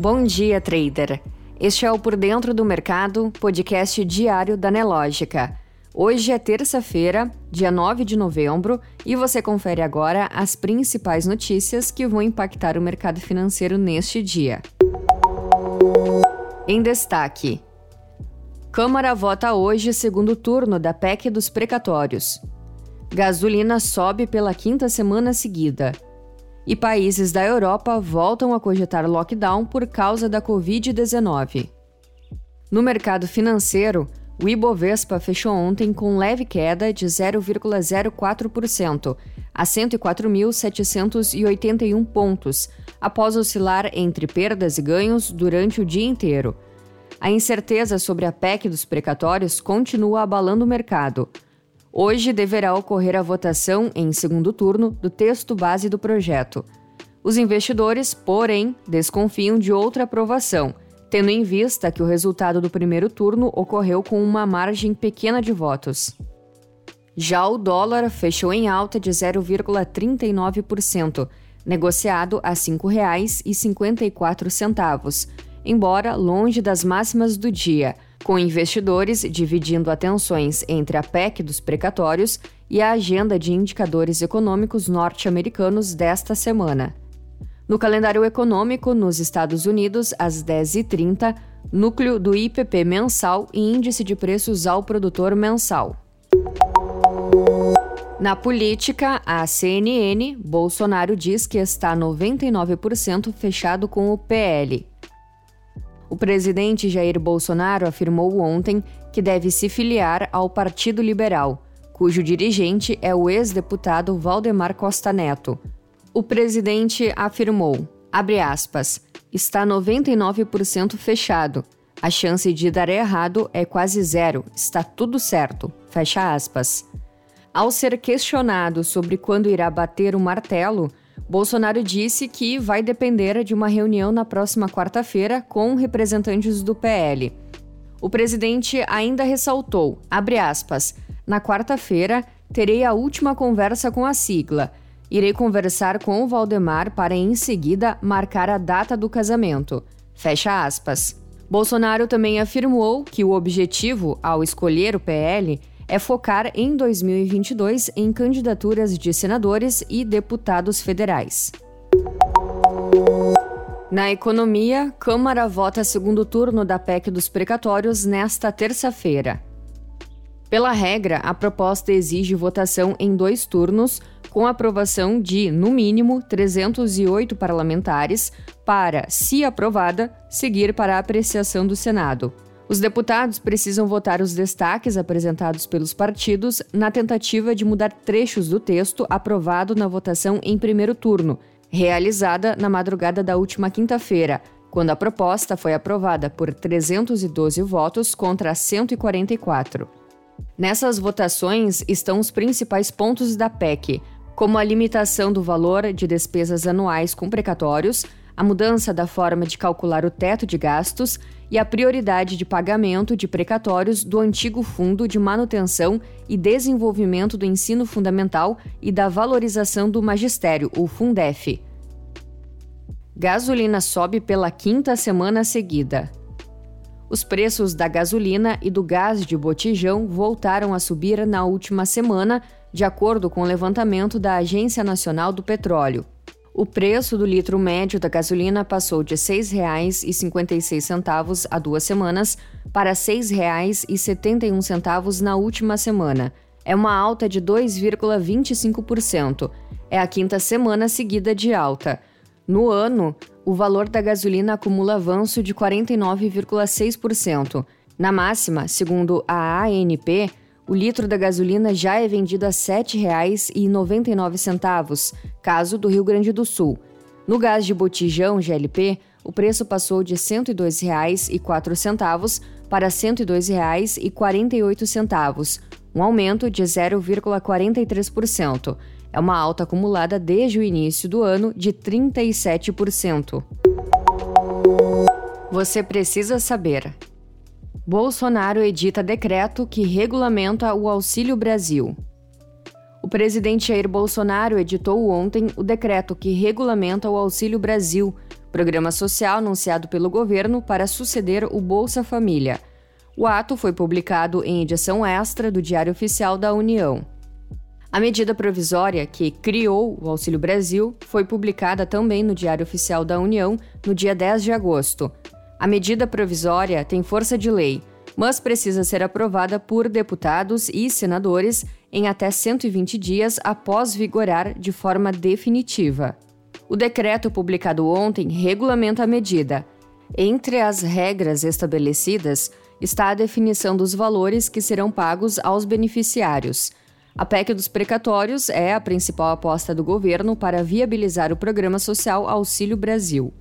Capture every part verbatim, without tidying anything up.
Bom dia, trader! Este é o Por Dentro do Mercado, podcast diário da Nelógica. Hoje é terça-feira, dia nove de novembro, e você confere agora as principais notícias que vão impactar o mercado financeiro neste dia. Em destaque: Câmara vota hoje segundo turno da P E C dos precatórios. Gasolina sobe pela quinta semana seguida. E países da Europa voltam a cogitar lockdown por causa da covid dezenove. No mercado financeiro, o Ibovespa fechou ontem com leve queda de zero vírgula zero quatro por cento, a cento e quatro mil setecentos e oitenta e um pontos, após oscilar entre perdas e ganhos durante o dia inteiro. A incerteza sobre a P E C dos precatórios continua abalando o mercado. Hoje deverá ocorrer a votação, em segundo turno, do texto base do projeto. Os investidores, porém, desconfiam de outra aprovação, tendo em vista que o resultado do primeiro turno ocorreu com uma margem pequena de votos. Já o dólar fechou em alta de zero vírgula trinta e nove por cento, negociado a cinco reais e cinquenta e quatro centavos, embora longe das máximas do dia, com investidores dividindo atenções entre a P E C dos precatórios e a agenda de indicadores econômicos norte-americanos desta semana. No calendário econômico, nos Estados Unidos, às dez e trinta, núcleo do I P P mensal e índice de preços ao produtor mensal. Na política, a C N N, Bolsonaro diz que está noventa e nove por cento fechado com o P L. O presidente Jair Bolsonaro afirmou ontem que deve se filiar ao Partido Liberal, cujo dirigente é o ex-deputado Valdemar Costa Neto. O presidente afirmou, abre aspas, está noventa e nove por cento fechado. A chance de dar errado é quase zero, está tudo certo, fecha aspas. Ao ser questionado sobre quando irá bater o martelo, Bolsonaro disse que vai depender de uma reunião na próxima quarta-feira com representantes do P L. O presidente ainda ressaltou, abre aspas, na quarta-feira terei a última conversa com a sigla. Irei conversar com o Valdemar para em seguida marcar a data do casamento. Fecha aspas. Bolsonaro também afirmou que o objetivo, ao escolher o P L, é focar em dois mil e vinte e dois em candidaturas de senadores e deputados federais. Na economia, Câmara vota segundo turno da P E C dos precatórios nesta terça-feira. Pela regra, a proposta exige votação em dois turnos, com aprovação de, no mínimo, trezentos e oito parlamentares, para, se aprovada, seguir para a apreciação do Senado. Os deputados precisam votar os destaques apresentados pelos partidos na tentativa de mudar trechos do texto aprovado na votação em primeiro turno, realizada na madrugada da última quinta-feira, quando a proposta foi aprovada por trezentos e doze votos contra cento e quarenta e quatro. Nessas votações estão os principais pontos da P E C, como a limitação do valor de despesas anuais com precatórios, a mudança da forma de calcular o teto de gastos e a prioridade de pagamento de precatórios do antigo Fundo de Manutenção e Desenvolvimento do Ensino Fundamental e da Valorização do Magistério, o Fundef. Gasolina sobe pela quinta semana seguida. Os preços da gasolina e do gás de botijão voltaram a subir na última semana, de acordo com o levantamento da Agência Nacional do Petróleo. O preço do litro médio da gasolina passou de seis reais e cinquenta e seis centavos há duas semanas para seis reais e setenta e um centavos na última semana. É uma alta de dois vírgula vinte e cinco por cento. É a quinta semana seguida de alta. No ano, o valor da gasolina acumula avanço de quarenta e nove vírgula seis por cento. Na máxima, segundo a A N P, o litro da gasolina já é vendido a sete reais e noventa e nove centavos, caso do Rio Grande do Sul. No gás de botijão G L P, o preço passou de cento e dois reais e quatro centavos para cento e dois reais e quarenta e oito centavos, um aumento de zero vírgula quarenta e três por cento. É uma alta acumulada desde o início do ano de trinta e sete por cento. Você precisa saber. Bolsonaro edita decreto que regulamenta o Auxílio Brasil. O presidente Jair Bolsonaro editou ontem o decreto que regulamenta o Auxílio Brasil, programa social anunciado pelo governo para suceder o Bolsa Família. O ato foi publicado em edição extra do Diário Oficial da União. A medida provisória que criou o Auxílio Brasil foi publicada também no Diário Oficial da União no dia dez de agosto. A medida provisória tem força de lei, mas precisa ser aprovada por deputados e senadores em até cento e vinte dias após vigorar de forma definitiva. O decreto publicado ontem regulamenta a medida. Entre as regras estabelecidas está a definição dos valores que serão pagos aos beneficiários. A P E C dos precatórios é a principal aposta do governo para viabilizar o programa social Auxílio Brasil.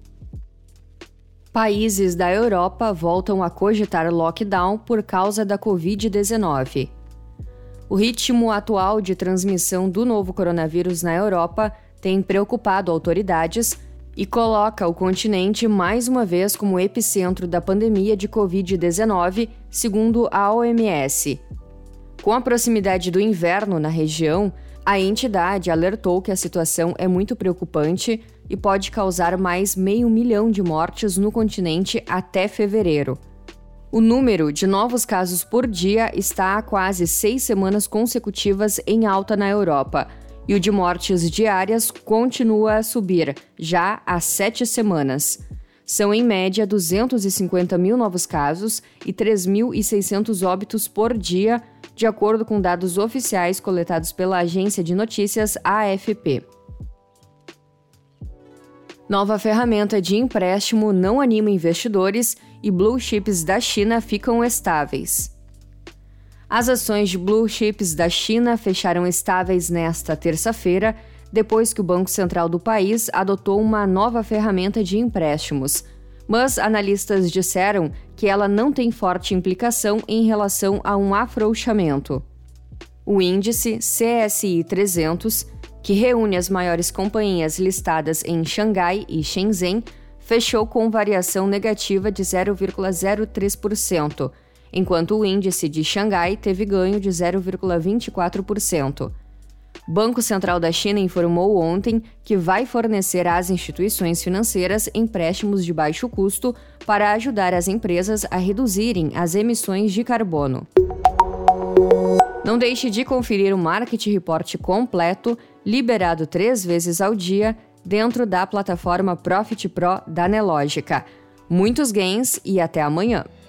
Países da Europa voltam a cogitar lockdown por causa da covid dezenove. O ritmo atual de transmissão do novo coronavírus na Europa tem preocupado autoridades e coloca o continente mais uma vez como epicentro da pandemia de covid dezenove, segundo a O M S. Com a proximidade do inverno na região, a entidade alertou que a situação é muito preocupante e pode causar mais meio milhão de mortes no continente até fevereiro. O número de novos casos por dia está há quase seis semanas consecutivas em alta na Europa, e o de mortes diárias continua a subir, já há sete semanas. São, em média, duzentos e cinquenta mil novos casos e três mil e seiscentos óbitos por dia, de acordo com dados oficiais coletados pela agência de notícias A F P. Nova ferramenta de empréstimo não anima investidores e blue chips da China ficam estáveis. As ações de blue chips da China fecharam estáveis nesta terça-feira, depois que o Banco Central do país adotou uma nova ferramenta de empréstimos. Mas analistas disseram que ela não tem forte implicação em relação a um afrouxamento. O índice C S I trezentos, que reúne as maiores companhias listadas em Xangai e Shenzhen, fechou com variação negativa de zero vírgula zero três por cento, enquanto o índice de Xangai teve ganho de zero vírgula vinte e quatro por cento. O Banco Central da China informou ontem que vai fornecer às instituições financeiras empréstimos de baixo custo para ajudar as empresas a reduzirem as emissões de carbono. Não deixe de conferir o Market Report completo, liberado três vezes ao dia, dentro da plataforma Profit Pro da Nelogica. Muitos gains e até amanhã!